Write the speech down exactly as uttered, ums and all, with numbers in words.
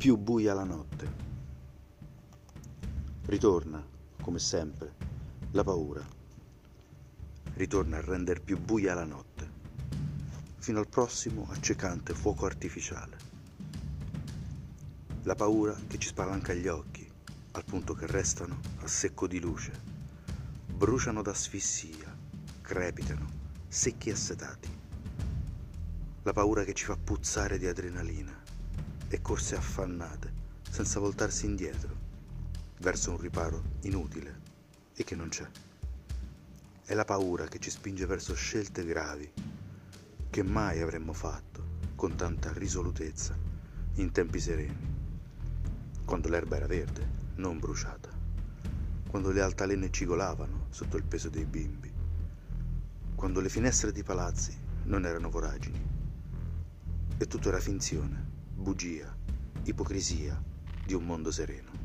più buia la notte. Ritorna, come sempre, la paura. Ritorna a rendere più buia la notte, fino al prossimo accecante fuoco artificiale. La paura che ci spalanca gli occhi, al punto che restano a secco di luce, bruciano d'asfissia, crepitano, secchi e assetati. La paura che ci fa puzzare di adrenalina e corse affannate, senza voltarsi indietro, verso un riparo inutile e che non c'è. È la paura che ci spinge verso scelte gravi che mai avremmo fatto con tanta risolutezza in tempi sereni, quando l'erba era verde, non bruciata, quando le altalene cigolavano sotto il peso dei bimbi, quando le finestre di palazzi non erano voragini e tutto era finzione, bugia, ipocrisia di un mondo sereno.